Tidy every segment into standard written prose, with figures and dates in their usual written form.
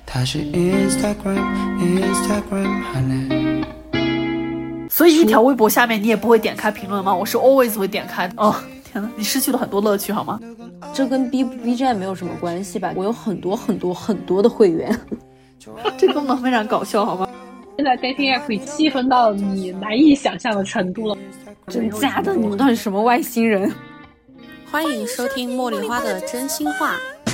它是 Instagram 喊嘞。 所以一条微博下面你也不会点开评论吗？我是 always 会点开的。哦，天哪，你失去了很多乐趣好吗？ 这跟 B 站没有什么关系吧？我有很多的会员。 这个功能非常搞笑好吗？ 现在 dating app 已细分到你难以想象的程度了。 真假的？你们到底是什么外星人？ 欢迎收听茉莉花的真心话。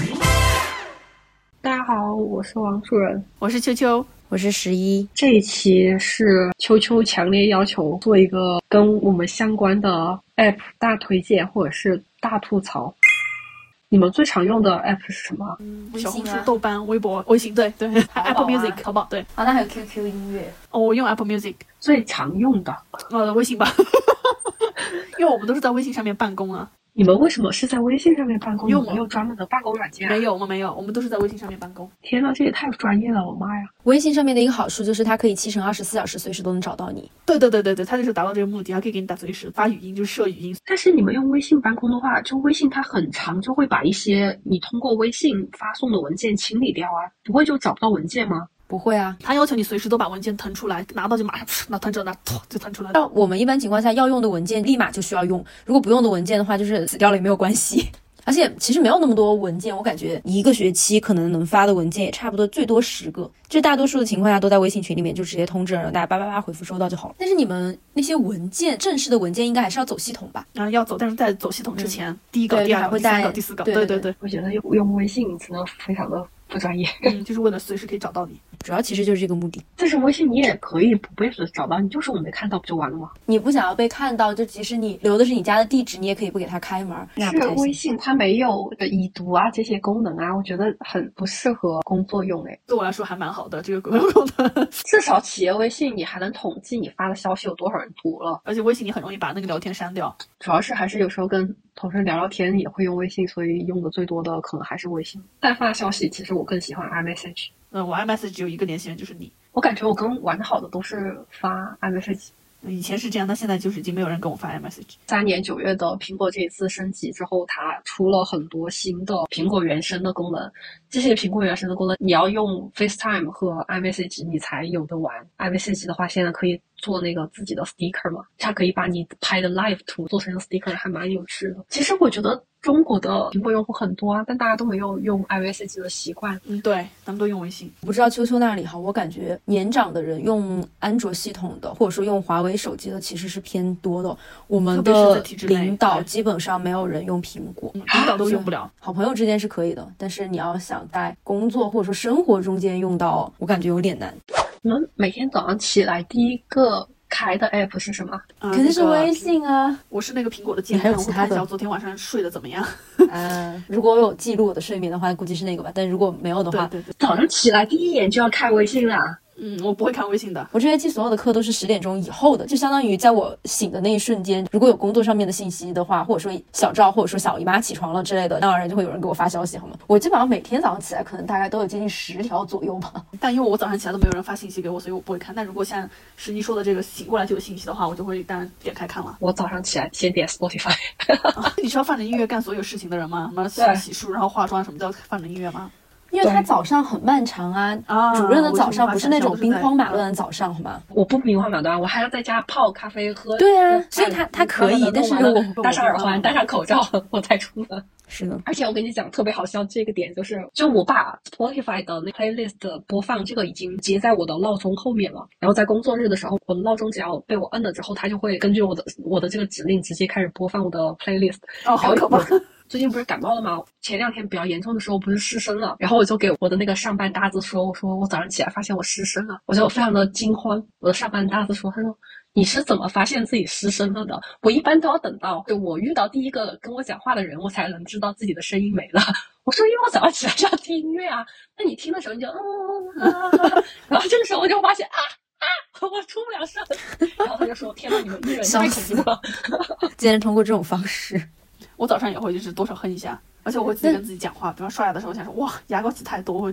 大家好，我是王主任， 我是秋秋， 我是11。 这一期是秋秋强烈要求做一个跟我们相关的 app 大推荐或者是大吐槽。你们最常用的 app 是什么？ 小红书、豆瓣、微博、微信，对对，还有 Apple Music、淘宝，对。 那还有 QQ 音乐。 哦，我用 Apple Music。 最常用的， 微信吧，因为我们都是在微信上面办公啊。 你们为什么是在微信上面办公？ 因为没有专门的办公软件？ 没有，我们没有，我们都是在微信上面办公。 天哪，这也太专业了，我妈呀！ 微信上面的一个好处就是它可以7乘24小时随时都能找到你。 对，它就是达到这个目的，还可以给你打随时发语音，就是设语音。 但是你们用微信办公的话，就微信它很长，就会把一些你通过微信发送的文件清理掉啊，不会就找不到文件吗？ 不会啊， 他要求你随时都把文件腾出来，拿到就马上拿腾着拿就腾出来。 我们一般情况下要用的文件立马就需要用，如果不用的文件的话，就是死掉了也没有关系。而且其实没有那么多文件，我感觉一个学期可能能发的文件也差不多最多10个，就大多数的情况下都在微信群里面，就直接通知了大家叭回复收到就好了。但是你们那些文件，正式的文件应该还是要走系统吧？ 要走，但是在走系统之前，第一个、第二个、第三个、第四个，对， 我觉得用微信真的非常的不专业， 就是为了随时可以找到你， 主要其实就是这个目的。 但是微信你也可以不被随时找到，你就是我没看到不就完了吗？ 你不想要被看到，就即使你留的是你家的地址，你也可以不给它开门。 是微信它没有已读啊这些功能啊，我觉得很不适合工作用诶。 对我来说还蛮好的这个功能， 至少企业微信你还能统计你发的消息有多少人读了， 而且微信你很容易把那个聊天删掉。 主要是还是有时候跟同事聊天也会用微信，所以用的最多的可能还是微信。但发消息其实我更喜欢 iMessage。 我 iMessage 只有一个联系人就是你。 我感觉我跟玩的好的都是发 iMessage。 以前是这样，但现在就是已经没有人跟我发 iMessage。 3年9月的苹果这一次升级之后，它出了很多新的苹果原生的功能。这些苹果原生的功能，你要用 FaceTime 和 iMessage 你才有的玩。iMessage 的话，现在可以做那个自己的 sticker 嘛，它可以把你拍的 live 图做成 sticker， 还蛮有趣的。其实我觉得中国的苹果用户很多啊，但大家都没有用 iMessage 的习惯。 对，咱们都用微信。 不知道秋秋那里哈，我感觉年长的人用安卓系统的，或者说用华为手机的其实是偏多的。我们的领导基本上没有人用苹果， 领导都用不了。 好朋友之间是可以的，但是你要想在工作或者说生活中间用到，我感觉有点难。 你们每天早上起来第一个开的 app 是什么？ 肯定是微信啊。 我是那个苹果的健康，我看一下我昨天晚上睡得怎么样。 如果我有记录我的睡眠的话，估计是那个吧。但如果没有的话， 对， 早上起来第一眼就要开微信啦。 我不会看微信的。 我这学期所有的课都是10点钟以后的，就相当于在我醒的那一瞬间，如果有工作上面的信息的话，或者说小赵或者说小姨妈起床了之类的，当然就会有人给我发消息，好吗？我基本上每天早上起来可能大概都有接近10条左右吧。 但因为我早上起来都没有人发信息给我，所以我不会看。但如果像石妮说的这个醒过来就有信息的话，我就会当然点开看了。 我早上起来先点 Spotify。 你是要放着音乐干所有事情的人吗？什么洗漱然后化妆什么叫放着音乐吗？ 因为他早上很漫长啊，主任的早上不是那种兵荒马乱的早上，好吗？ 我不兵荒马乱，我还要在家泡咖啡喝。 对啊，所以他可以，但是我戴上耳环、戴上口罩，我才出门。 是的， 而且我跟你讲特别好笑这个点就我把 Spotify 的那 playlist 播放这个已经接在我的闹钟后面了，然后在工作日的时候，我的闹钟只要被我摁了之后，它就会根据我的这个指令直接开始播放我的 playlist。 好可怕。 最近不是感冒了吗？前2天比较严重的时候不是失声了，然后我就给我的那个上班搭子说，我说我早上起来发现我失声了，我就非常的惊慌。我的上班搭子说，他说你是怎么发现自己失声了的？我一般都要等到就我遇到第一个跟我讲话的人，我才能知道自己的声音没了。我说因为我早上起来就要听音乐啊，那你听的时候你就然后这个时候我就发现我出不了声，然后他就说天哪，你们艺人太恐怖了。 竟然通过这种方式。 我早上也会就是多少哼一下，而且我会自己跟自己讲话，比方刷牙的时候想说哇牙膏挤太多，我会这样。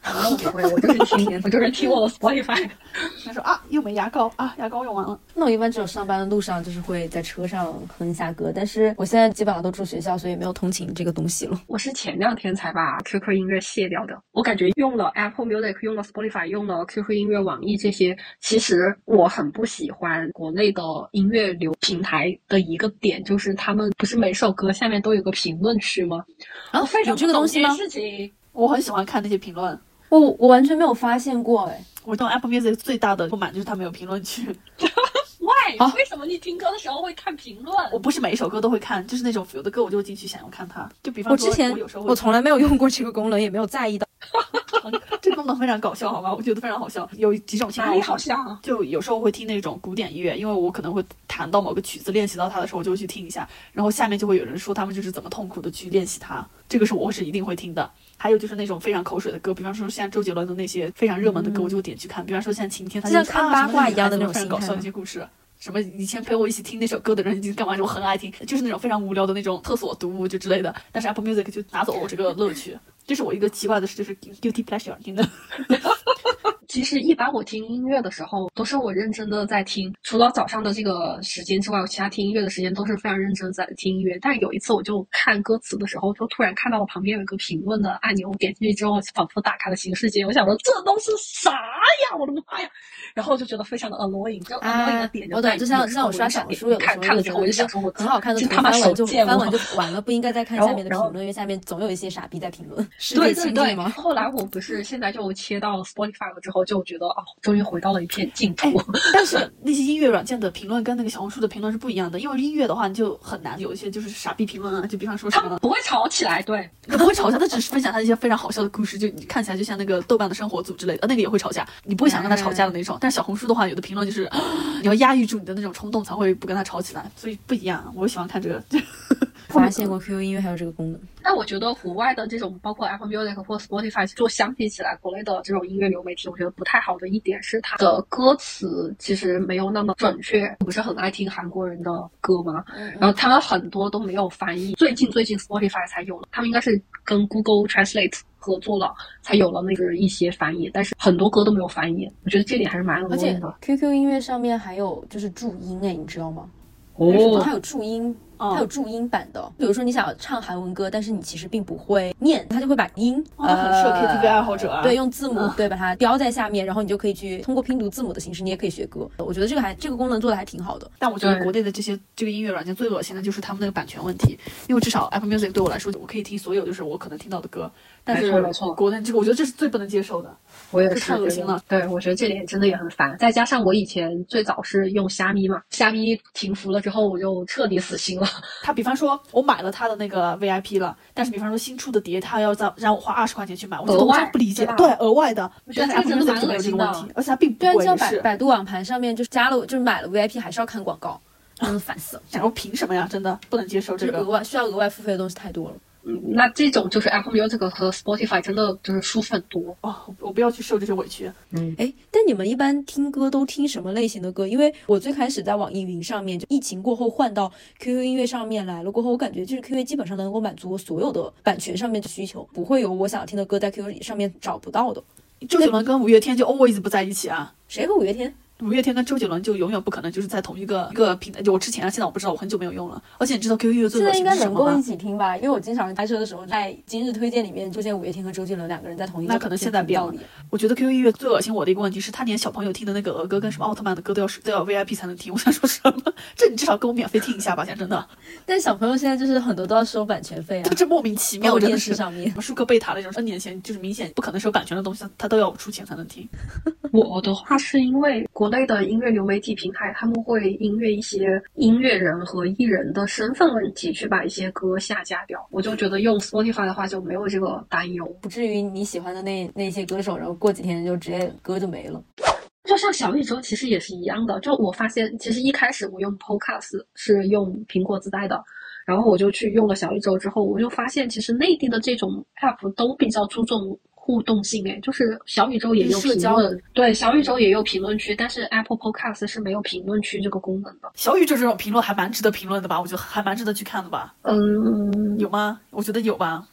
我不会，我就是听我的 Spotify。 他说啊，又没牙膏啊，牙膏用完了。 那我一般只有上班的路上就是会在车上哼一下歌，但是我现在基本上都住学校，所以没有通勤这个东西了。 我是前2天才把 QQ 音乐卸掉的。我感觉用了 Apple Music， 用了 Spotify， 用了 QQ 音乐、网易这些，其实我很不喜欢国内的音乐流平台的一个点，就是他们不是每首歌下面都有个评论区吗？ 啊，有这个东西吗？ 我很喜欢看那些评论。 我完全没有发现过哎。 我用 Apple Music 最大的不满就是它没有评论区。 Why？为什么你听歌的时候会看评论？ 我不是每一首歌都会看，就是那种有的歌我就进去想要看它。就比方说， 我从来没有用过这个功能，也没有在意到。 这个功能非常搞笑，好吧？我觉得非常好笑。有几种情况好笑， 就有时候会听那种古典音乐，因为我可能会弹到某个曲子，练习到它的时候，我就会去听一下。然后下面就会有人说他们就是怎么痛苦的去练习它，这个是我是一定会听的。还有就是那种非常口水的歌，比方说现在周杰伦的那些非常热门的歌，我就会点去看。比方说现在晴天，他就像看八卦一样的那种非常搞笑的一些故事。什么以前陪我一起听那首歌的人，你干嘛？我很爱听，就是那种非常无聊的那种厕所读物就之类的。但是 Apple Music 就拿走了我这个乐趣，这是我一个奇怪的事，就是 guilty pleasure 听的。 其实一般我听音乐的时候，都是我认真的在听，除了早上的这个时间之外，我其他听音乐的时间都是非常认真的在听音乐。但有一次我就看歌词的时候，就突然看到了旁边有一个评论的按钮，我点进去之后，仿佛打开了新世界。我想说这都是啥呀，我的妈呀！然后我就觉得非常的 annoying， 就 annoying 的点就在于， 就像我刷小红书有的时候，有的时候很好看的图翻完就完了，不应该再看下面的评论，因为下面总有一些傻逼在评论。 对，后来我不是现在就切到了 Spotify 了之后，就觉得终于回到了一片净土。 但是那些音乐软件的评论跟那个小红书的评论是不一样的，因为音乐的话你就很难有一些就是傻逼评论啊，就比方说什么他们不会吵起来，对， 不会吵架，他只是分享他一些非常好笑的故事，就你看起来就像那个豆瓣的生活组之类的，那个也会吵架，你不会想跟他吵架的那种。但是小红书的话，有的评论就是你要压抑住你的那种冲动，才会不跟他吵起来，所以不一样。我喜欢看这个。 发现过 QQ 音乐还有这个功能。 但我觉得国外的这种包括 Apple Music 或 Spotify 做相比起来，国内的这种音乐流媒体，我觉得不太好的一点是它的歌词其实没有那么准确。不是很爱听韩国人的歌吗？然后他们很多都没有翻译，最近 Spotify 才有了，他们应该是跟 Google Translate 合作了，才有了那个一些翻译，但是很多歌都没有翻译，我觉得这点还是蛮恶心的。 而且 QQ 音乐上面还有就是注音你知道吗？它有注音。它有注音版的，比如说你想唱韩文歌，但是你其实并不会念，它就会把音， 很适合 KTV 爱好者啊。 对，用字母对把它标在下面，然后你就可以去通过拼读字母的形式，你也可以学歌。我觉得这个功能做的还挺好的。 但我觉得国内的这个音乐软件最恶心的就是他们那个版权问题，因为至少 Apple Music 对我来说，我可以听所有就是我可能听到的歌，但是国内这个我觉得这是最不能接受的。 我也是， 太恶心了。 对，我觉得这点真的也很烦。再加上我以前最早是用虾米嘛，虾米停服了之后，我就彻底死心了。 他比方说我买了他的那个 VIP 了，但是比方说新出的碟，他要让我花20块钱去买，我觉得我真不理解。对，额外的，我觉得 Apple Music 没有这个问题，而且它并不贵。 像百度网盘上面就是就是买了 VIP 还是要看广告，真的烦死了。 然后凭什么呀？真的不能接受这个， 需要额外付费的东西太多了。 那这种就是 Apple Music 和 Spotify 真的就是舒服很多我不要去受这些委屈。 但你们一般听歌都听什么类型的歌？因为我最开始在网易云上面，就疫情过后换到 QQ 音乐上面来了过后，我感觉就是 QQ 基本上能够满足我所有的版权上面的需求，不会有我想听的歌在 QQ 上面找不到的。 周杰伦跟五月天就 always 不在一起啊？ 谁和五月天？ 五月天跟周杰伦就永远不可能就是在同一个平台。就我之前现在我不知道，我很久没有用了。而且你知道 QQ 音乐最恶心的是什么吗？现在应该能够一起听吧，因为我经常开车的时候在今日推荐里面出现五月天和周杰伦两个人在同一个。 那可能现在变了。我觉得 QQ 音乐最恶心我的一个问题是，他连小朋友听的那个儿歌跟什么奥特曼的歌都要 VIP 才能听。我想说什么？这你至少给我免费听一下吧，讲真的。 但小朋友现在就是很多都要收版权费啊， 这莫名其妙。 电视上面什么舒克贝塔那种N年前就是明显不可能收版权的东西，他都要出钱才能听。 我的话是因为国内的音乐流媒体平台他们会因为一些音乐人和艺人的身份问题去把一些歌下架掉，我就觉得用 Spotify 的话就没有这个担忧， 不至于你喜欢的那些歌手然后过几天就直接歌就没了。 就像小宇宙其实也是一样的，就我发现其实一开始我用 Podcast 是用苹果自带的，然后我就去用了小宇宙之后，我就发现其实内地的这种 App 都比较注重互动性，就是小宇宙也有评论，对，小宇宙也有评论区，但是 Apple Podcast 是没有评论区这个功能的。 小宇宙这种评论还蛮值得评论的吧？我觉得还蛮值得去看的吧。有吗？我觉得有吧。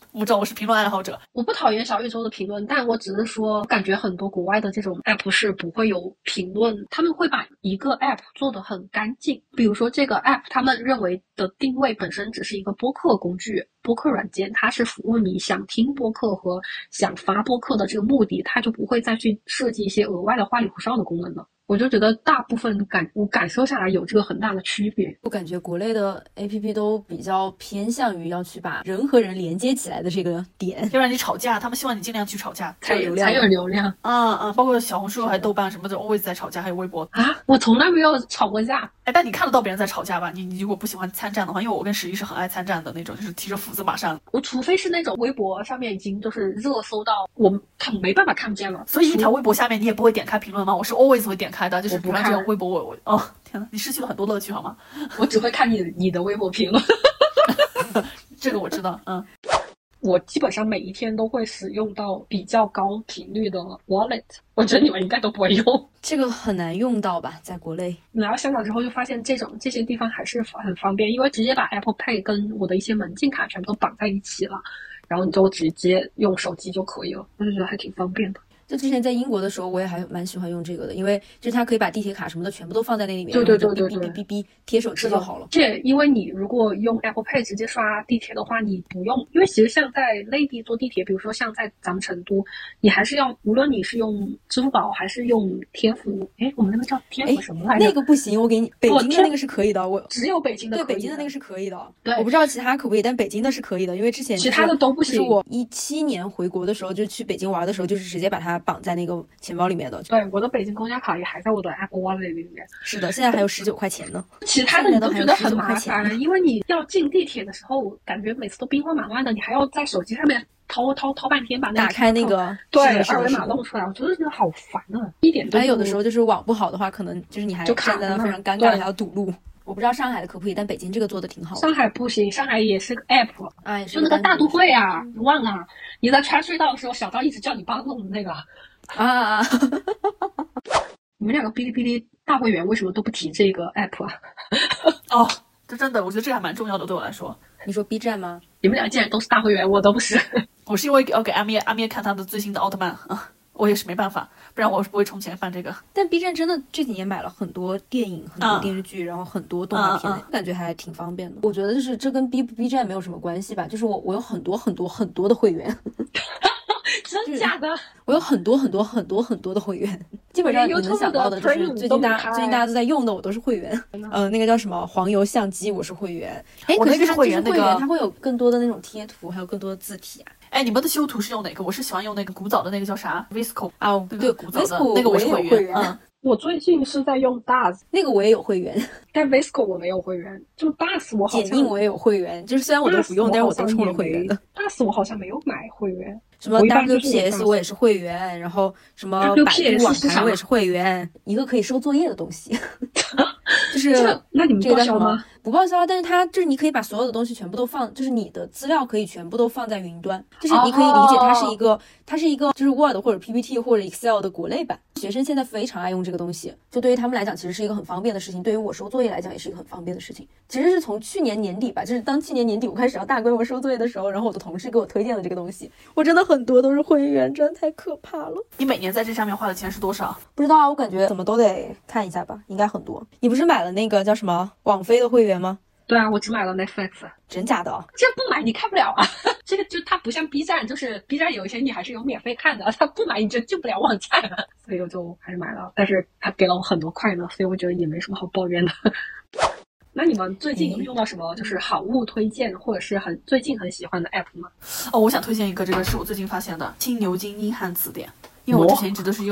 不知道，我是评论爱好者。 我不讨厌小宇宙的评论，但我只是说，感觉很多国外的这种 app 是不会有评论，他们会把一个 app 做得很干净。比如说这个 app，他们认为的定位本身只是一个播客工具、播客软件，它是服务你想听播客和想发播客的这个目的，它就不会再去设计一些额外的花里胡哨的功能了。我就觉得大部分我感受下来有这个很大的区别。 我感觉国内的 APP 都比较偏向于要去把人和人连接起来的这个点， 要不然你吵架，他们希望你尽量去吵架， 才有流量。 包括小红书还有豆瓣什么的 always 在吵架，还有微博啊，我从来没有吵过架。 但你看得到别人在吵架吧？你如果不喜欢参战的话，因为我跟11是很爱参战的那种，就是提着斧子马上。 我除非是那种微博上面已经就是热搜到我没办法看不见了， 所以一条微博下面你也不会点开评论吗？我是 always 会点开的，就是不看这个微博我哦天哪，你失去了很多乐趣好吗？ 我只会看你的微博评论。 这个我知道， 我基本上每一天都会使用到比较高频率的 wallet， 我觉得你们应该都不会用。 这个很难用到吧，在国内。 来到香港之后就发现这些地方还是很方便，因为直接把 Apple Pay 跟我的一些门禁卡全部都绑在一起了，然后你就直接用手机就可以了，我就觉得还挺方便的。 就之前在英国的时候，我也还蛮喜欢用这个的，因为就是它可以把地铁卡什么的全部都放在那里面， 对， 哔贴手机就好了。 这因为你如果用 Apple Pay 直接刷地铁的话，你不用，因为其实像在内地坐地铁，比如说像在咱们成都，你还是要，无论你是用支付宝还是用贴付，我们那个叫贴付什么来着？ 那个不行，我给你，北京的那个是可以的，我只有北京的可以的， 对，北京的那个是可以的。 对， 我不知道其他可不可以，但北京的是可以的，因为之前其他的都不行。 就是我17年回国的时候，就去北京玩的时候，就是直接把它绑在那个钱包里面的。 对，我的北京公交卡也还在我的 Apple Wallet 里面。 是的，现在还有19块钱呢。 其他的你都觉得很麻烦，因为你要进地铁的时候，感觉每次都兵荒马乱的，你还要在手机上面掏半天把那个打开那个对二维码弄出来，我觉得真的好烦啊！一点都。 还有的时候就是网不好的话，可能就是你还站在那非常尴尬，还要堵路。我不知道上海的可不可以，但北京这个做的挺好的。 上海不行，上海也是个 app， 哎， 就那个大都会啊，你忘了？你在穿隧道的时候，小赵一直叫你帮弄的那个啊。 你们两个哔哩哔哩大会员为什么都不提这个 app 啊？ 哦，这真的，我觉得这还蛮重要的，对我来说。 你说 B 站吗？ 你们俩既然都是大会员，我都不是。 我是因为要给阿咩看他的最新的奥特曼啊。我也是没办法，不然我是不会充钱办这个。 但 B 站真的这几年买了很多电影、很多电视剧，然后很多动画片，感觉还挺方便的。我觉得就是这跟 B 不 B 站没有什么关系吧，就是我有很多的会员。 真假的？ 我有很多的会员，基本上你能想到的，就是最近大家都在用的，我都是会员。那个叫什么黄油相机，我是会员。 我那个是会员，那个它会有更多的那种贴图，还有更多的字体啊。 你们的修图是用哪个？我是喜欢用那个古早的那个叫啥 Visco 啊， 对，古早的那个我是会员。 我最近是在用 DAZ， 那个我也有会员， 但 Visco 我没有会员。就 DAZ 我好像剪映我也有会员，就是虽然我都不用，但是我都充了会员的。 DAZ 我好像没有买会员。 什么 WPS 我也是会员，然后什么百度网盘我也是会员，一个可以收作业的东西。就是那你们报销吗？ 不报销，但是它就是你可以把所有的东西全部都放，就是你的资料可以全部都放在云端，就是你可以理解它是一个就是 Word 或者 PPT 或者 Excel 的国内版。学生现在非常爱用这个东西，就对于他们来讲其实是一个很方便的事情，对于我收作业来讲也是一个很方便的事情。其实是从去年年底吧，就是当去年年底我开始要大规模收作业的时候，然后我的同事给我推荐了这个东西，我真的很多都是会员，真的太可怕了。 你每年在这上面花的钱是多少？ 不知道啊，我感觉怎么都得看一下吧，应该很多。你不是买了那个叫什么网飞的会员吗？ 对啊，我只买了 Netflix。 真假的？ 这不买你看不了啊！这个就它不像 B 站，就是 B 站有一些你还是有免费看的，它不买你就进不了网站了，所以我就还是买了。但是它给了我很多快乐，所以我觉得也没什么好抱怨的。那你们最近有用到什么就是好物推荐，或者是最近很喜欢的 app 吗？ 我想推荐一个，这个是我最近发现的青牛津英汉词典，因为我之前一直都是用，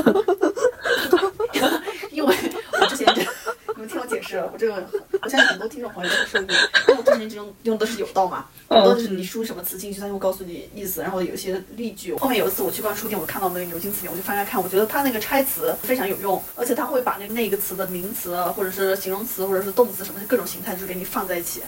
因为我之前一直。你们听我解释，我相信很多听众朋友都受益，因为我之前一直用的是有道嘛，有道就是你输什么词进去，它就会告诉你意思，然后有一些例句。后面有一次我去逛书店，我看到那个牛津词典，我就翻开看，我觉得它那个拆词非常有用，而且它会把那个词的名词或者是形容词或者是动词什么各种形态，就是给你放在一起。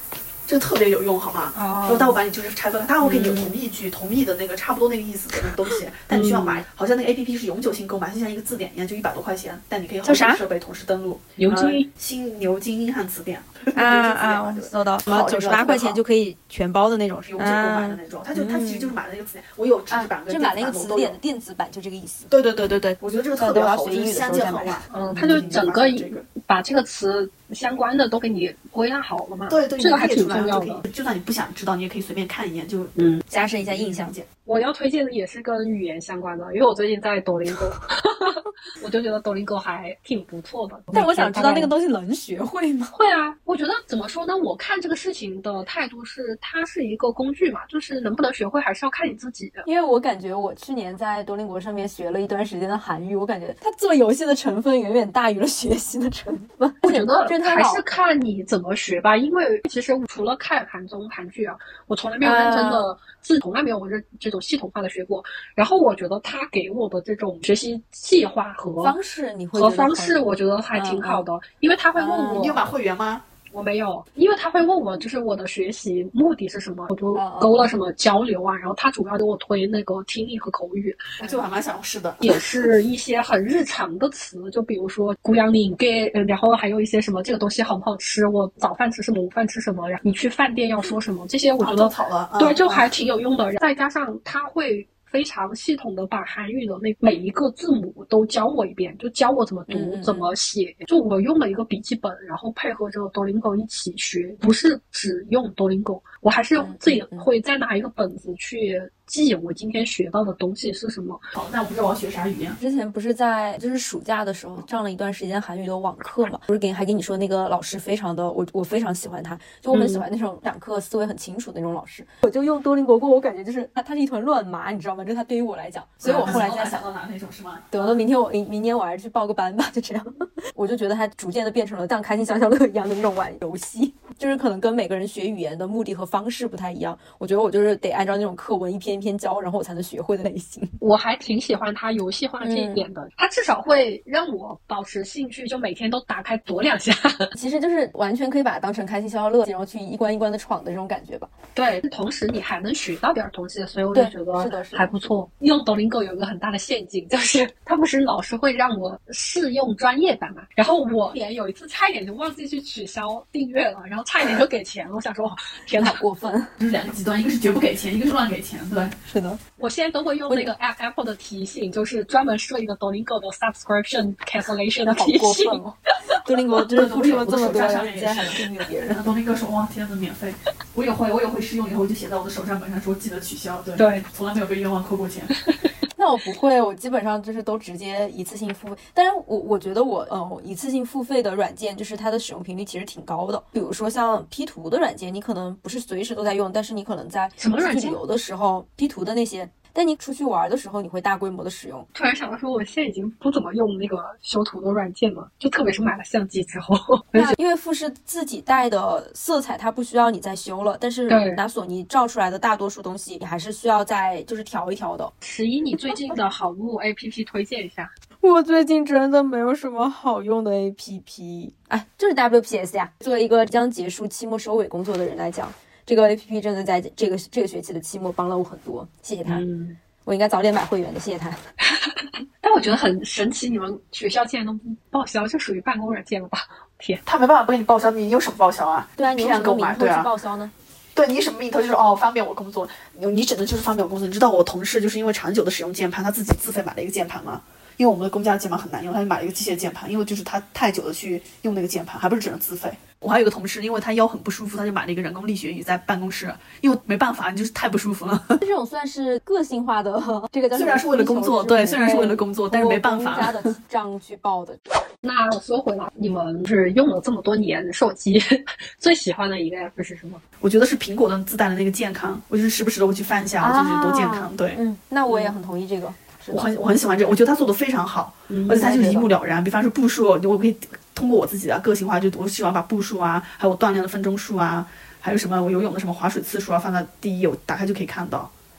这个特别有用，好吗？然后当我把你就是拆分了，当然我给你有同义句、同义的那个差不多那个意思的那个东西，但你需要买，好像那个 APP 是永久性购买，就像一个字典一样，就100多块钱，但你可以好几个设备同时登录。 牛津新牛津英汉词典我搜到什么98块钱就可以全包的那种， 永久购买的那种，它其实就是买了那个词典，我有纸质版跟就买了一个词典的电子版，就这个意思。 对，我觉得这个特别好，就是相见恨晚。 它就整个把这个词相关的都给你归纳好了嘛。 对， 这个还挺重要的。 就算你不想知道，你也可以随便看一眼，就加深一下印象。 我要推荐的也是跟语言相关的，因为我最近在多邻国，我就觉得多邻国还挺不错的。 但我想知道那个东西能学会吗？ 会啊，我觉得怎么说呢？我看这个事情的态度是，它是一个工具嘛，就是能不能学会还是要看你自己的。 因为我感觉我去年在多邻国上面学了一段时间的韩语，我感觉它做游戏的成分远远大于了学习的成分。 我觉得还是看你怎么学吧，因为其实除了看韩综、韩剧啊，我从来没有认真的从来没有这种系统化的学过。然后我觉得他给我的这种学习计划和方式， 我觉得还挺好的，因为他会问我， 你有买会员吗？ 我没有，因为他会问我，就是我的学习目的是什么，我就勾了什么交流啊，然后他主要给我推那个听力和口语， 就还蛮想试的， 也是一些很日常的词，就比如说姑娘你给，然后还有一些什么这个东西好不好吃，我早饭吃什么，午饭吃什么，然后你去饭店要说什么，这些我觉得对，就还挺有用的，再加上他会非常系统的把韩语的那每一个字母都教我一遍，就教我怎么读、怎么写。就我用了一个笔记本，然后配合着多邻国一起学，不是只用多邻国，我还是自己会再拿一个本子去记我今天学到的东西是什么。 好，那我不知道我要学啥语言。 之前不是在就是暑假的时候上了一段时间韩语的网课嘛，不是还跟你说那个老师非常的我非常喜欢他，就我很喜欢那种讲课思维很清楚的那种老师。我就用多邻国过，我感觉就是他是一团乱麻，你知道吗？就他对于我来讲，所以我后来在想到哪那种是吗？ 等到明年我还是去报个班吧，就这样。我就觉得他逐渐的变成了像开心消消乐一样的那种玩游戏，就是可能跟每个人学语言的目的和方式不太一样。我觉得我就是得按照那种课文一篇一篇教，然后我才能学会的类型。 我还挺喜欢他游戏化这一点的，他至少会让我保持兴趣，就每天都打开躲2下。 其实就是完全可以把它当成开心消消乐，然后去一关一关的闯的这种感觉吧。 对，同时你还能学到点东西，所以我就觉得还不错。用多邻国有一个很大的陷阱，就是他不是老是会让我试用专业版嘛，然后我有一次差一点就忘记去取消订阅了，然后差一点就给钱了。我想说，天哪， 过分！ 就是2个极端，一个是绝不给钱，一个是乱给钱。对， 是的。 我现在都会用那个 Apple 的提醒，就是专门设一个多邻国的 subscription cancellation 的提醒。 多邻国就是付出了这么多，然后竟然还能订阅别人。 多邻国说哇，天哪，免费！我也会试用，以后就写在我的手账本上，说记得取消。对，从来没有被冤枉扣过钱。 那我不会，我基本上就是都直接一次性付费。但是我觉得我一次性付费的软件，就是它的使用频率其实挺高的。比如说像 P 图的软件，你可能不是随时都在用，但是你可能在出去旅游的时候 P 图的那些。但你出去玩的时候，你会大规模的使用。 突然想到说，我现在已经不怎么用那个修图的软件了，就特别是买了相机之后。 因为富士自己带的色彩，它不需要你再修了，但是拿索尼照出来的大多数东西，你还是需要再就是调一调的。 11，你最近的好物 APP 推荐一下。 我最近真的没有什么好用的 APP， 哎，就是 WPS 呀。作为一个即将结束期末收尾工作的人来讲，这个 APP 真的在这个学期的期末帮了我很多，谢谢他。我应该早点买会员的，谢谢他。 但我觉得很神奇，你们学校竟然都不报销，这属于办公软件了吧？天， 他没办法不给你报销，你有什么报销啊？ 对啊，你有什么名头去报销呢？ 对，你什么名头就是方便我工作，你只能就是方便我工作。你知道我同事就是因为长久的使用键盘，他自己自费买了一个键盘吗？因为我们的公家的键盘很难用，他就买了一个机械键盘，因为就是他太久的去用那个键盘，还不是只能自费。我还有个同事，因为他腰很不舒服，他就买了一个人工力学椅在办公室，因为没办法，就是太不舒服了。 这种算是个性化的，这个虽然是为了工作，对，虽然是为了工作，但是没办法。 公家的账去报的。 那说回来，你们是用了这么多年手机，最喜欢的一个 app 是什么？ 我觉得是苹果的自带的那个健康，我就是时不时的会去翻一下，就是多健康。对， 那我也很同意这个。 我很喜欢这个，我觉得他做的非常好，而且他就是一目了然。比方说步数，我可以通过我自己的个性化，就我喜欢把步数啊，还有我锻炼的分钟数啊，还有什么我游泳的什么划水次数啊，放到第一，我打开就可以看到。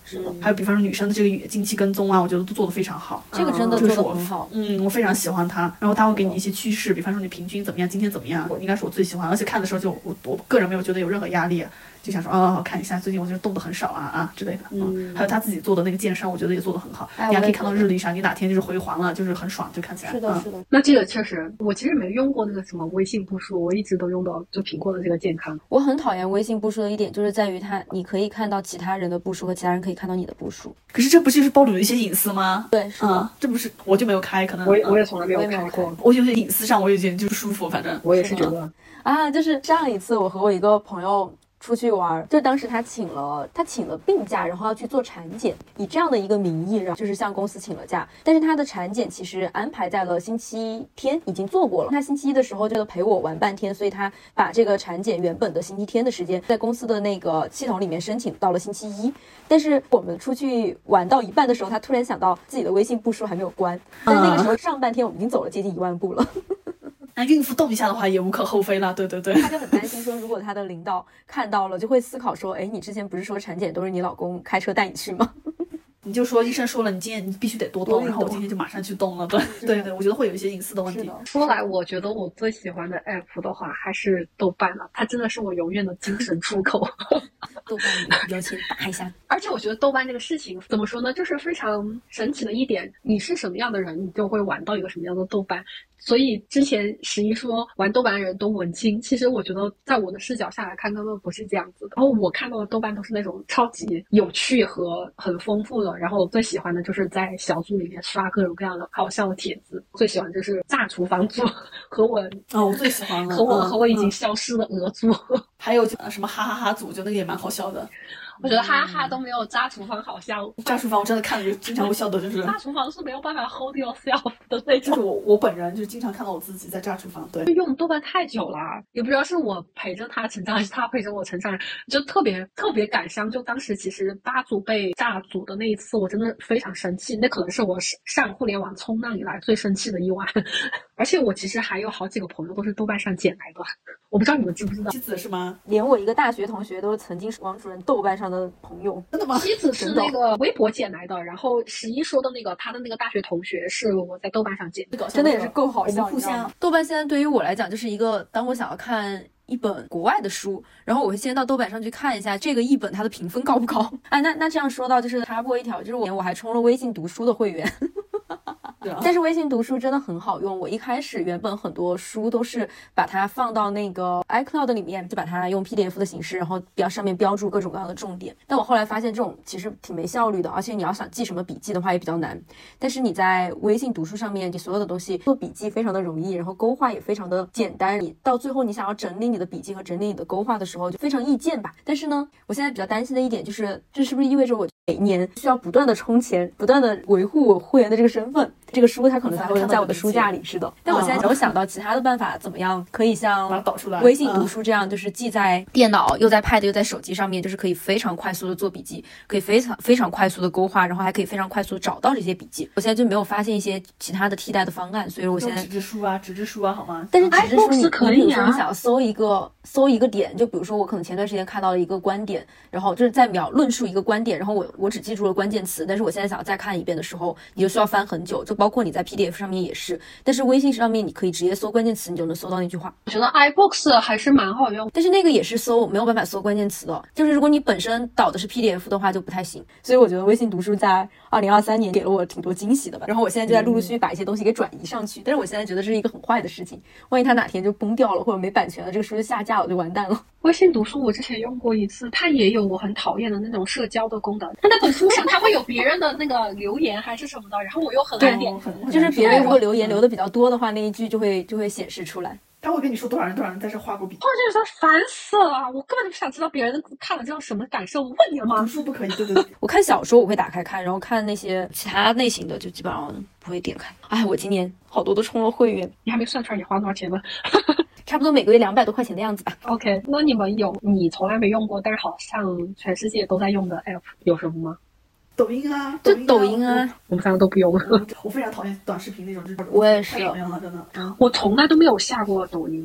是的， 还有比方说女生的这个近期跟踪啊，我觉得都做得非常好。 这个真的做这个是我得很好。 我非常喜欢它。然后它会给你一些趋势，比方说你平均怎么样，今天怎么样，应该是我最喜欢。而且看的时候就我个人没有觉得有任何压力，就想说看一下最近我觉得动的很少之类的。还有他自己做的那个健身，我觉得也做得很好。你还可以看到日历上你哪天就是回环了，就是很爽，就看起来。 是的，是的。 那这个确实，我其实没用过那个什么微信步数，我一直都用到就苹果的这个健康。 我很讨厌微信步数的一点就是在于你可以看到其他人的步数和其他人可以看到你的步数。 可是这不就是暴露了一些隐私吗？ 对，是的。 这不是我就没有开，可能我也从来没有开过。 我有点隐私上我有点就不舒服，反正我也是觉得就是上一次我和我一个朋友出去玩，就当时他请了病假，然后要去做产检，以这样的一个名义，然后就是向公司请了假，但是他的产检其实安排在了星期天，已经做过了。他星期一的时候就陪我玩半天，所以他把这个产检原本的星期天的时间在公司的那个系统里面申请到了星期一。但是我们出去玩到一半的时候，他突然想到自己的微信步数还没有关，但是那个时候上半天我们已经走了接近1万步了。 那孕妇动一下的话也无可厚非了，对对对。 他就很担心说，如果他的领导看到了，就会思考说，你之前不是说产检都是你老公开车带你去吗？ 你就说医生说了，你今天你必须得多动，然后我今天就马上去动了。对对对，我觉得会有一些隐私的问题。 说来，我觉得我最喜欢的 app 的话还是豆瓣了，它真的是我永远的精神出口。 豆瓣标签打一下。 而且我觉得豆瓣这个事情怎么说呢，就是非常神奇的一点，你是什么样的人，你就会玩到一个什么样的豆瓣。所以之前11说玩豆瓣的人都文青，其实我觉得在我的视角下来看根本不是这样子的。然后我看到的豆瓣都是那种超级有趣和很丰富的，然后我最喜欢的就是在小组里面刷各种各样的好笑的帖子，最喜欢就是炸厨房组和我我最喜欢了和我已经消失的鹅组， 还有什么哈哈哈组，就那个也蛮好笑的。 我觉得哈哈都没有炸厨房好笑。 炸厨房我真的看着就经常会笑的，就是炸厨房是没有办法 hold yourself 的那种。 就是我本人就经常看到我自己在炸厨房。对， 用豆瓣太久了，也不知道是我陪着他成长还是他陪着我成长，就特别感伤。就当时其实8组被炸组的那一次，我真的非常生气，那可能是我上互联网冲浪以来最生气的一晚。而且我其实还有好几个朋友都是豆瓣上捡来的，我不知道你们知不知道。 妻子是吗？ 连我一个大学同学都是曾经是王主任豆瓣上的朋友。 真的吗？ 妻子是那个微博捡来的，然后11说的那个他的那个大学同学是我在豆瓣上捡的， 真的也是够好笑。 互相豆瓣现在对于我来讲就是一个，当我想要看一本国外的书，然后我会先到豆瓣上去看一下这个译本它的评分高不高。那这样说到就是插播一条，就是我还充了微信读书的会员。但是微信读书真的很好用，我一开始原本很多书都是把它放到那个 iCloud 里面，就把它用 PDF 的形式，然后上面标注各种各样的重点。但我后来发现这种其实挺没效率的，而且你要想记什么笔记的话也比较难。但是你在微信读书上面，你所有的东西做笔记非常的容易，然后勾画也非常的简单，你到最后你想要整理你的笔记和整理你的勾画的时候就非常易见吧。但是呢，我现在比较担心的一点就是，这是不是意味着我每年需要不断的充钱，不断的维护我会员的这个身份，这个书它可能才会在我的书架里。是的，但我现在没有想到其他的办法，怎么样可以像微信读书这样，就是既在电脑又在 Pad 又在手机上面，就是可以非常快速的做笔记，可以非常快速的勾画，然后还可以非常快速的找到这些笔记。我现在就没有发现一些其他的替代的方案，所以我现在纸质书啊好吗？ 但是纸质书你可以啊， 你想要搜一个点，就比如说我可能前段时间看到了一个观点，然后就是在论述一个观点，然后我只记住了关键词，但是我现在想要再看一遍的时候，你就需要翻很久，就包括你在 PDF 上面也是。但是微信上面你可以直接搜关键词，你就能搜到那句话。 我觉得 iBooks 还是蛮好用， 但是那个也是没有办法搜关键词的，就是如果你本身导的是 PDF 的话就不太行。所以我觉得微信读书在2023年给了我挺多惊喜的吧。然后我现在就在陆续把一些东西给转移上去，但是我现在觉得这是一个很坏的事情，万一它哪天就崩掉了或者没版权了，这个书就下架了，我就完蛋了。 微信读书我之前用过一次，它也有我很讨厌的那种社交的功能，它那本书上它会有别人的那个留言还是什么的，然后我又很难点， 就是别人如果留言留的比较多的话，那一句就会显示出来。 他会跟你说多少人在这画过笔， 或者说烦死了，我根本就不想知道别人看了之后什么感受，我问你了吗？ 读书不可以，对对对。 我看小说我会打开看，然后看那些其他类型的就基本上不会点开。哎，我今年好多都充了会员， 你还没算出来你花多少钱呢？ 差不多每个月200多块钱的样子吧。 OK， 那你们有你从来没用过，但是好像全世界都在用的 app 有什么吗？ 抖音啊， 抖音啊， 我们3个都不用。 我非常讨厌短视频那种， 我也是， 太讨厌了，真的。 我从来都没有下过抖音，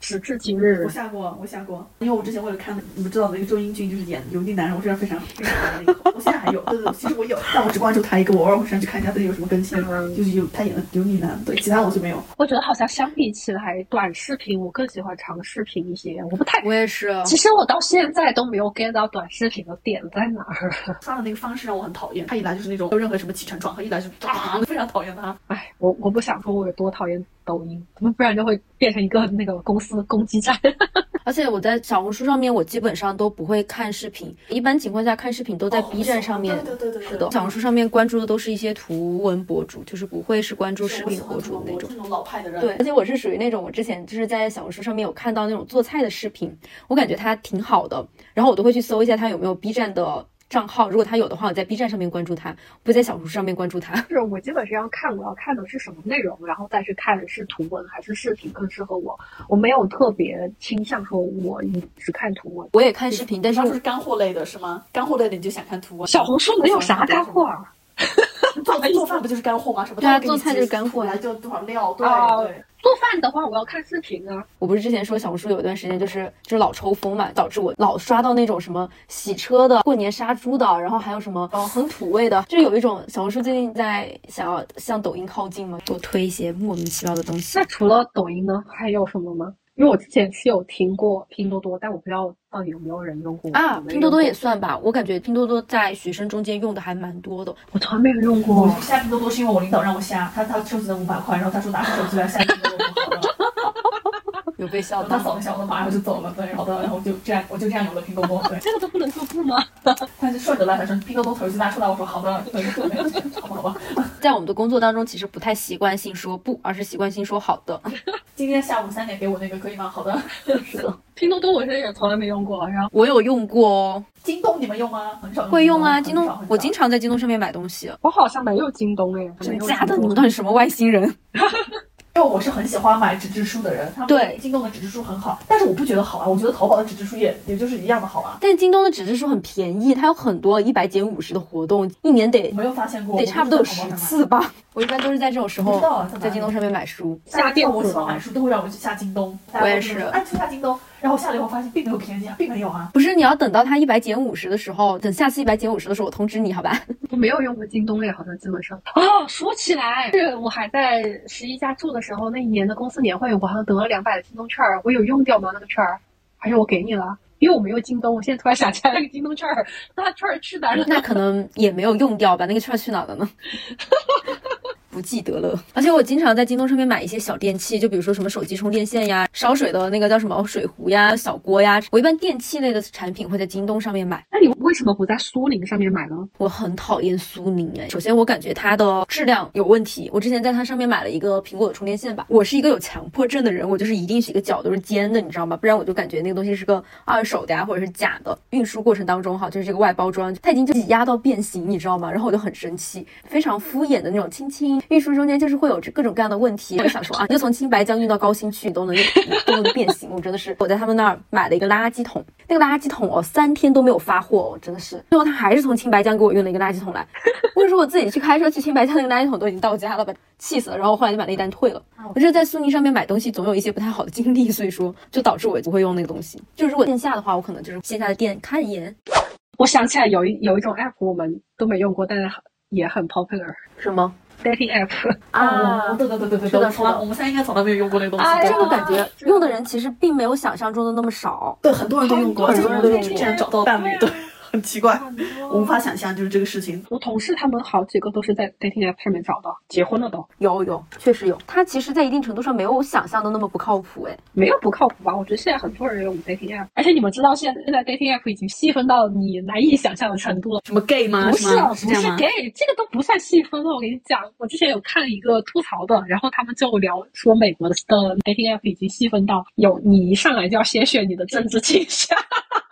时至今日我。下过，因为我之前为了看你们知道的那个周英俊，就是演油腻男人，我真的非常非常爱那个。我现在还有，对，其实我有，但我只关注他一个，我偶尔会上去看一下最近有什么更新，就是他演的油腻男，对，其他我就没有。 我觉得好像相比起来，短视频我更喜欢长视频一些。我不太， 我也是。 其实我到现在都没有 get 到短视频的点在哪儿。 刷的那个方式让我很讨厌，他一来就是那种没有任何什么起承转合，一来就非常讨厌他。 哎，我不想说我有多讨厌抖音，不然就会变成一个那个公司攻击战。 而且我在小红书上面，我基本上都不会看视频，一般情况下看视频都在 B 站上面。 对， 是的，小红书上面关注的都是一些图文博主，就是不会是关注视频博主的那种。 这种老派的人。 对，而且我是属于那种，我之前就是在小红书上面有看到那种做菜的视频，我感觉它挺好的，然后我都会去搜一下它有没有 B 站的账号，如果他有的话，我在 B 站上面关注他，不会在小红书上面关注他。 是我基本上我要看的是什么内容，然后再去看是图文还是视频更适合我。我没有特别倾向说我只看图文。 我也看视频，但是是干货类的是吗？干货类的你就想看图文。 小红书没有啥干货啊。 做饭不就是干货吗？什么对啊，做菜就是干货来就多少料，对。 做饭的话，我要看视频啊。 我不是之前说小红书有一段时间就是老抽风嘛，导致我老刷到那种什么洗车的、过年杀猪的，然后还有什么很土味的，就有一种小红书最近在想要向抖音靠近嘛，多推一些莫名其妙的东西。 那除了抖音呢，还有什么吗？因为我之前是有听过拼多多，但我不知道到底有没有人用过啊。拼多多也算吧，我感觉拼多多在学生中间用的还蛮多的。 我从来没有用过。 我下拼多多是因为我领导让我下，他收集了500块，然后他说拿出手机来下拼多多好的。 有被笑到， 他扫了小的码，然后就走了。对，好的，然后我就这样有了拼多多。对， 这个都不能说不吗？ 他就顺着来，他说拼多多手机拿出来，我说好的，对，好吧。 在我们的工作当中，其实不太习惯性说不，而是习惯性说好的。 今天下午3点给我那个可以吗？好的， 是的。 拼多多我也从来没用过，然后我有用过哦。 京东你们用吗？很少用。 会用啊，京东我经常在京东上面买东西。 我好像没有京东诶， 真假的？你们到底什么外星人？ 因为我是很喜欢买纸质书的人，他们对京东的纸质书很好，但是我不觉得好啊，我觉得淘宝的纸质书也就是一样的好啊。 但京东的纸质书很便宜，它有很多100减50的活动，一年得没有发现过， 得差不多有10次吧。我一般都是在这种时候在京东上面买书。 下店我喜欢买书都会让我去下京东， 我也是， 去下京东。然后下了以后发现并没有便宜啊，并没有啊。 不是，你要等到它100减50的时候，等下次100减50的时候我通知你，好吧？ 我没有用过京东诶，好像基本上。哦，说起来，是我还在11家住的时候，那一年的公司年会，我好像得了200的京东券，我有用掉吗？那个券还是我给你了？因为我没有京东，我现在突然想起来那个京东券，那券去哪儿了？ 那可能也没有用掉吧？那个券去哪了呢？不记得了。而且我经常在京东上面买一些小电器，就比如说什么手机充电线呀、烧水的那个叫什么水壶呀、小锅呀。我一般电器类的产品会在京东上面买。 那你为什么不在苏宁上面买呢？ 我很讨厌苏宁哎。首先我感觉它的质量有问题。我之前在它上面买了一个苹果的充电线吧。我是一个有强迫症的人，我就是一定是一个角都是尖的，你知道吗？不然我就感觉那个东西是个二手的呀，或者是假的。运输过程当中哈，就是这个外包装它已经自己压到变形，你知道吗？然后我就很生气，非常敷衍的那种亲亲。运输中间就是会有各种各样的问题，我就想说啊，就从青白江运到高新区都能变形，我真的是。我在他们那儿买了一个垃圾桶，那个垃圾桶3天都没有发货真的是。最后他还是从青白江给我运了一个垃圾桶来。或者说我自己去开车去青白江，那个垃圾桶都已经到家了吧，气死了。然后后来就把那一单退了。我觉得在苏宁上面买东西总有一些不太好的经历，所以说就导致我不会用那个东西。就如果线下的话，我可能就是线下的店看一眼。 我想起来有一种 app 我们都没用过，但是也很 popular。 什么 ？dating app 啊，对，是的，我们现在应该从来没有用过那个东西。 这个感觉用的人其实并没有想象中的那么少。 对，很多人都用过， 很多人都用过， 竟然找到伴侣，对。很奇怪，我无法想象就是这个事情。 我同事他们好几个都是在 dating app 上面找的，结婚了都。 有，确实有。它其实在一定程度上没有想象的那么不靠谱， 没有不靠谱吧？我觉得现在很多人用 dating app， 而且你们知道现在 dating app 已经细分到你难以想象的程度了。 什么 gay 吗？ 不是 gay， 这个都不算细分了。我跟你讲，我之前有看一个吐槽的，然后他们就聊说美国的 dating app 已经细分到有你一上来就要先选你的政治倾向。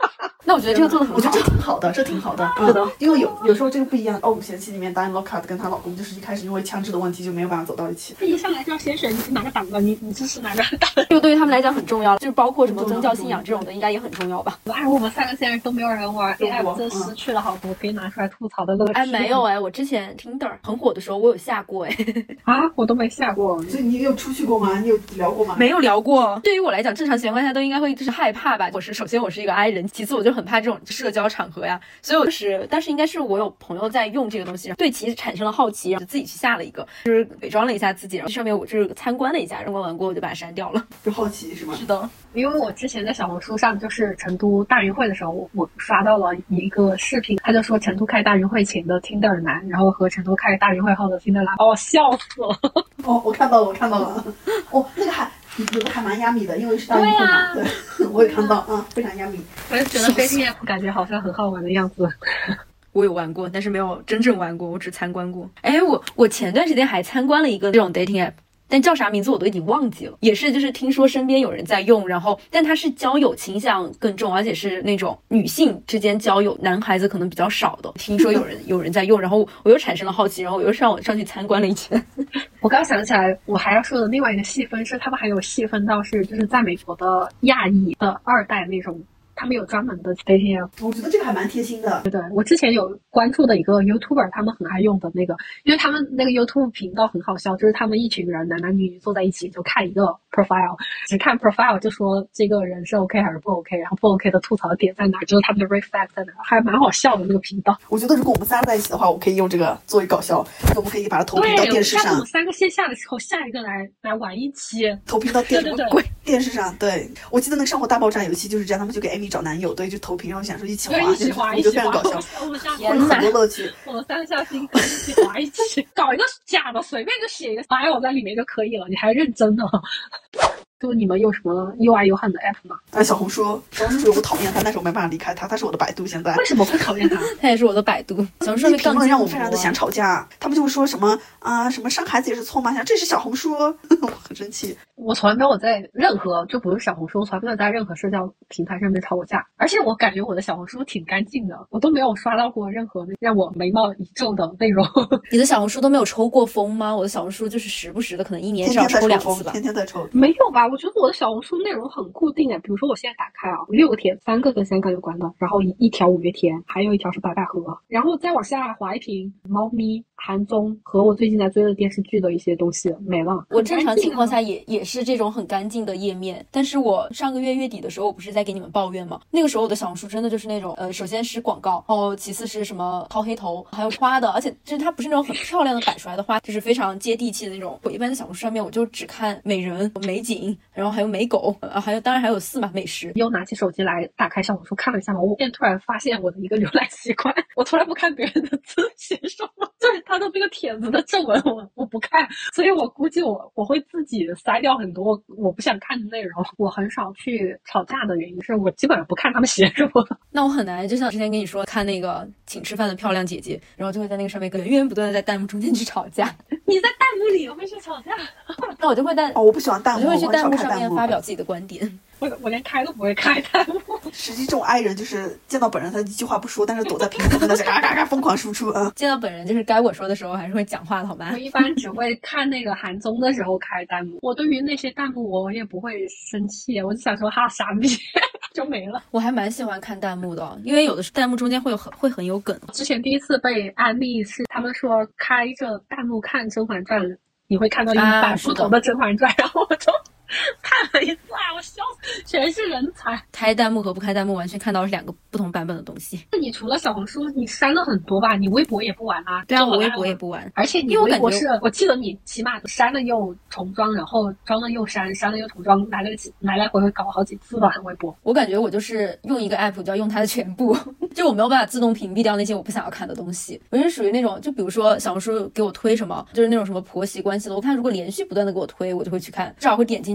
那我觉得这个做的很好， 我觉得这挺好的，这挺好的。 是的， 因为有时候这个不一样。《傲骨贤妻》里面Diane Lockhart跟她老公就是一开始因为枪支的问题就没有办法走到一起。 一上来就要先选你是哪个党的，你支持哪个党的。 这个对于他们来讲很重要，就是包括什么宗教信仰这种的，应该也很重要吧？ 哎，我们3个现在都没有人玩 AI， 真失去了好多可以拿出来吐槽的乐趣。 哎，没有哎，我之前 Tinder 很火的时候，我有下过哎。 啊，我都没下过。 所以你有出去过吗？你有聊过吗？ 没有聊过。对于我来讲，正常情况下都应该会就是害怕吧。首先我是一个 I 人，其次我就很怕这种社交场合呀，所以我当时应该是我有朋友在用这个东西，对其产生了好奇，然后自己去下了一个，就是伪装了一下自己，然后上面我就是参观了一下，玩过我就把它删掉了。 就好奇是吗？ 是的， 因为我之前在小红书上，就是成都大运会的时候，我刷到了一个视频，他就说成都开大运会前的 Tinder 男，然后和成都开大运会后的 Tinder 男，把我笑死了。 哦，我看到了。哦，那个有的还蛮压米的，因为是大运会嘛。对，我也看到，非常压米。 我就觉得 dating app 感觉好像很好玩的样子。 我有玩过，但是没有真正玩过，我只参观过。哎，我前段时间还参观了一个这种 dating app。但叫啥名字我都已经忘记了，也是就是听说身边有人在用，然后但它是交友倾向更重，而且是那种女性之间交友，男孩子可能比较少的。听说有人在用，然后我又产生了好奇，然后我又上去参观了一圈。 我刚想起来，我还要说的另外一个细分是，他们还有细分到是就是在美国的亚裔的2代那种。他们有专门的 dating app， 我觉得这个还蛮贴心的。 对，我之前有关注的一个 YouTuber， 他们很爱用的那个，因为他们那个 YouTube 频道很好笑，就是他们一群人男男女女坐在一起，就看一个 profile， 只看 profile 就说这个人是 OK 还是不 OK， 然后不 OK 的吐槽的点在哪，就是他们的 red flag 在哪，还蛮好笑的那个频道。 我觉得如果我们3个在一起的话，我可以用这个作为搞笑，我们可以把它投屏到电视上。 我们3个线下的时候，下一个来玩一期， 投屏到电视上。对，我记得那个《生活大爆炸》有一期就是这样，他们就给 Amy 找男友，对，就投屏，然后想说一起滑，我觉得非常搞笑，会有很多乐趣。 我们3个下星一起滑一起，搞一个假的，随便就写一个 bio 在里面就可以了，你还认真的。就你们有什么又爱又恨的 app 吗？ 小红书我讨厌它，但是我没办法离开它，它是我的百度。现在为什么会讨厌它？ 它也是我的百度。小红书上评论让我非常的想吵架，他们就会说什么什么生孩子也是错吗？这是小红书，我很生气。 我从来没有在任何就不是小红书，从来没有在任何社交平台上面吵过架，而且我感觉我的小红书挺干净的，我都没有刷到过任何让我眉毛一皱的内容。 你的小红书都没有抽过风吗？我的小红书就是时不时的，可能1年至少抽2次吧。 天天在抽。 没有吧？我觉得我的小红书内容很固定比如说我现在打开6个帖，3个跟香港有关的，然后一条5月天，还有一条是白百合，然后再往下滑一屏猫咪、韩综和我最近在追的电视剧的一些东西没了。 我正常情况下也是这种很干净的页面，但是我上个月月底的时候，我不是在给你们抱怨吗？那个时候我的小红书真的就是那种首先是广告，然后其次是什么掏黑头，还有花的，而且就是它不是那种很漂亮的摆出来的花，就是非常接地气的那种。我一般在小红书上面我就只看美人、美景，然后还有美狗，当然还有4嘛，美食。 又拿起手机来打开小红书看了一下，我现在突然发现我的一个浏览习惯，我从来不看别人的字写什么，就是他的那个帖子的正文我不看，所以我估计我会自己筛掉很多我不想看的内容。我很少去吵架的原因是我基本上不看他们写什么。 那我很难，就像之前跟你说看那个请吃饭的漂亮姐姐，然后就会在那个上面源源不断的在弹幕中间去吵架。 你在弹幕里会去吵架？ 那我就会我不喜欢弹幕， 我就会去弹幕上面发表自己的观点。 我连开都不会开弹幕。 实际这种 I 人就是见到本人他一句话不说，但是躲在屏幕后面在嘎疯狂输出啊。 见到本人就是该我说的时候还是会讲话的，好吗？ 我一般只会看那个韩综的时候开弹幕。我对于那些弹幕我也不会生气，我就想说哈傻逼就没了。 我还蛮喜欢看弹幕的，因为有的弹幕中间会很有梗。 之前第一次被安利是他们说开着弹幕看《甄嬛传》，你会看到一版不同的《甄嬛传》，然后我就看了一次我笑死，全是人才。 开弹幕和不开弹幕完全看到是2个不同版本的东西。 你除了小红书你删了很多吧，你微博也不玩啊？ 对啊，我微博也不玩。 而且你微博是我记得你起码删了又重装，然后装了又删，删了又重装，来来回回搞了好几次吧微博。 我感觉我就是用一个 app 就要用它的全部就我没有办法自动屏蔽掉那些我不想要看的东西。我是属于那种就比如说小红书给我推什么就是那种什么婆媳关系的，我看如果连续不断的给我推我就会去看，至少会点进去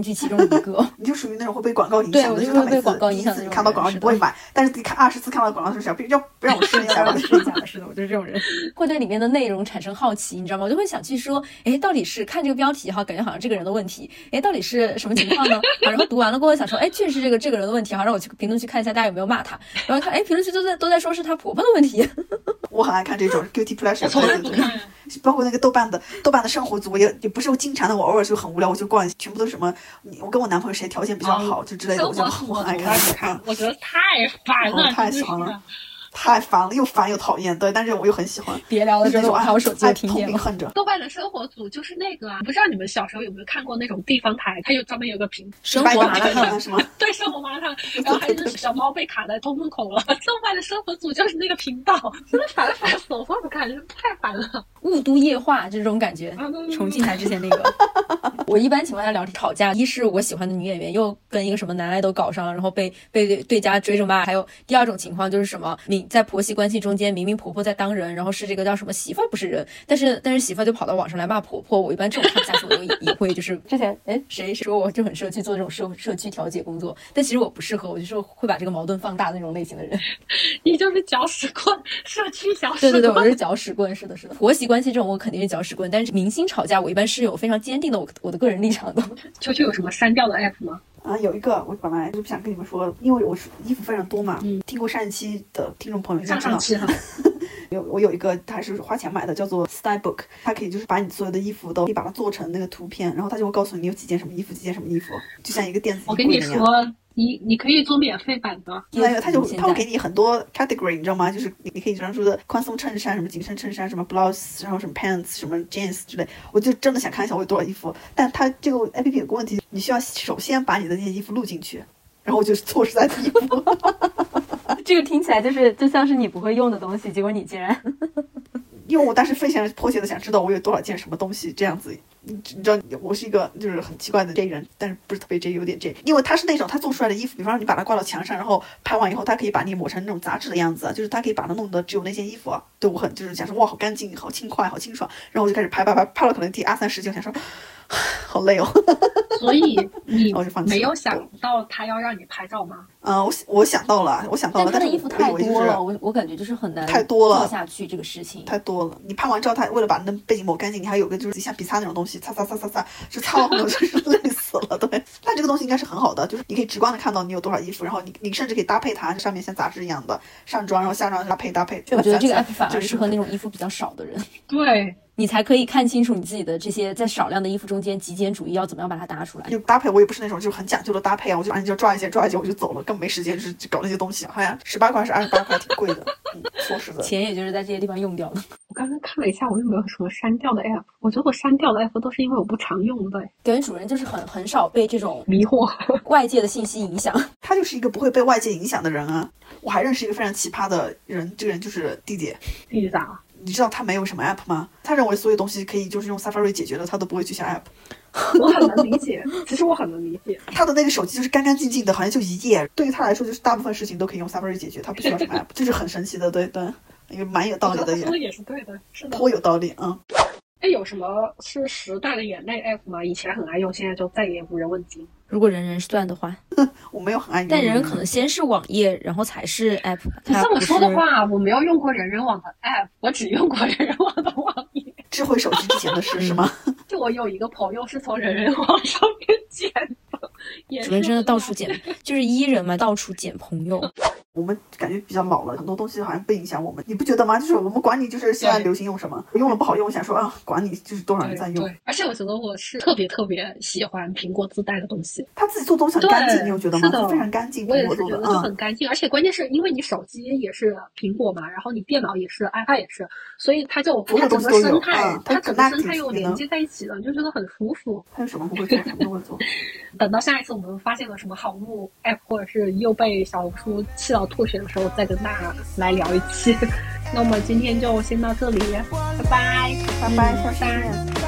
据其中一个。 你就属于那种会被广告影对， 响的， 我就会被广告影响的。 看到广告你不会买，但是你看20次看到广告的时候，要不让我试一下吧？ 试一下吧，是的，我就是这种人，会对里面的内容产生好奇，你知道吗？我就会想去说，哎，到底是看这个标题哈，感觉好像这个人的问题，哎，到底是什么情况呢？好，然后读完了过后想说，哎，确实是这个人的问题，好，让我去评论区看一下大家有没有骂他，然后看，哎，评论区都在说是他婆婆的问题。 我很爱看这种 guilty pleasure， 包括那个豆瓣的生活组，也不是经常的，我偶尔就很无聊，我就逛，全部都是什么，我跟我男朋友谁条件比较好，就之类的，我就很爱看。 我觉得太烦了， 太喜欢了。太烦了，又烦又讨厌，对，但是我又很喜欢。 别聊了，真的，我还有手机的听见恨着。 豆瓣的生活组就是那个啊，不知道你们小时候有没有看过那种地方台，它有专门有个屏生活麻辣烫是吗？ 对，生活麻辣烫，然后还有小猫被卡在通风口了。豆瓣的生活组就是那个频道，真的烦死我，我感觉太烦了。 雾都夜话这种感觉，重庆台之前那个。我一般情况下聊吵架，一是我喜欢的女演员又跟一个什么男爱豆搞上了，然后被对家追着骂，还有第二种情况就是什么在婆媳关系中间，明明婆婆在当人，然后是这个叫什么媳妇不是人，但是媳妇就跑到网上来骂婆婆。我一般这种看不下去，我也会就是之前谁说我就很适合去做这种社区调解工作，但其实我不适合，我就是会把这个矛盾放大的那种类型的人。 你就是搅屎棍，社区搅屎棍。 对，我就是搅屎棍，是的。婆媳关系这种我肯定是搅屎棍，但是明星吵架我一般是有非常坚定的我的个人立场的。 秋秋有什么删掉的 app 吗？ 有一个我本来就不想跟你们说，因为我衣服非常多嘛。听过上一期的听众朋友应该知道。我有一个还是花钱买的，叫做 Stylebook， 它可以就是把你所有的衣服都可以把它做成那个图片，然后它就会告诉你有几件什么衣服，就像一个电子衣柜一样。 我跟你说，你可以做免费版的。 它会给你很多 category， 你知道吗？就是你可以专注的宽松衬衫，什么紧身衬衫，什么 blouse， 然后什么 pants， 什么 jeans 之类。我就真的想看一下我有多少衣服，但它这个 app 有个问题，你需要首先把你的那些衣服录进去，然后我就错失在第一步。 这个听起来就像是你不会用的东西，结果你竟然因为我当时非常迫切的想知道我有多少件什么东西这样子。你知道我是一个就是很奇怪的 J 人，但是不是特别 J， 有点 J， 因为它是那种它做出来的衣服，比方说你把它挂到墙上，然后拍完以后它可以把你抹成那种杂志的样子，就是它可以把它弄得只有那件衣服。对，我很就是想说哇好干净好轻快好清爽，然后我就开始拍了可能第20-30件，我想说好累哦。 所以你没有想到他要让你拍照吗？ 我想到了， 但他的衣服太多了，我感觉就是很难太多了做下去这个事情， 太多了。你拍完照，他为了把那背景抹干净，你还有个就是像笔擦那种东西，擦，就擦到后面就是累死了。对，但这个东西应该是很好的，就是你可以直观的看到你有多少衣服，然后你甚至可以搭配它，上面像杂志一样的上装，然后下装搭配。 我觉得这个 app 反而适合那种衣服比较少的人。 对。 你才可以看清楚你自己的这些在少量的衣服中间极简主义要怎么样把它搭出来。 就搭配我也不是那种就是很讲究的搭配啊，我就反正就抓一件我就走了，根本没时间就是搞那些东西。好像18块还是28块，挺贵的。说实在， 钱也就是在这些地方用掉的。 我刚刚看了一下，我有没有什么删掉的 app？ 我觉得我删掉的 app 都是因为我不常用的。 感觉主人就是很少被这种迷惑外界的信息影响。 他就是一个不会被外界影响的人啊。我还认识一个非常奇葩的人，这个人就是弟弟。 弟弟咋？ 你知道他没有什么 app 吗？他认为所有东西可以就是用 Safari 解决的，他都不会去下 app。 我很能理解，其实我很能理解。 他的那个手机就是干干净净的，好像就一页。对于他来说，就是大部分事情都可以用 Safari 解决，他不需要什么 app， 就是很神奇的，对，也蛮有道理的， 说的也是对的，是的， 颇有道理。 有什么是时代的眼泪 app 吗？以前很爱用，现在就再也无人问津。 如果人人算的话， 我没有很爱用， 但人人可能先是网页，然后才是 app。 你这么说的话，我没有用过人人网的 app， 我只用过人人网的网页。 智慧手机之前的事是吗？ 就我有一个朋友是从人人网上面捡的， 主人真的到处捡，就是E人嘛，到处捡朋友。 我们感觉比较老了，很多东西好像不影响我们，你不觉得吗？就是我们管你，就是现在流行用什么，用了不好用，想说管你，就是多少人在用。 对，而且我觉得我是特别喜欢苹果自带的东西， 他自己做东西很干净，你有觉得吗？非常干净， 我也是觉得就很干净，而且关键是因为你手机也是苹果嘛，然后你电脑也是 iPad 也是，所以它整个生态，它整个生态又连接在一起了，你就觉得很舒服。 还有什么不会做？什么都会做。 等到下一次我们发现了什么好物 app， 或者是又被小红书气到吐血的时候，再跟大家来聊一期。那我们今天就先到这里，拜拜， 下次见。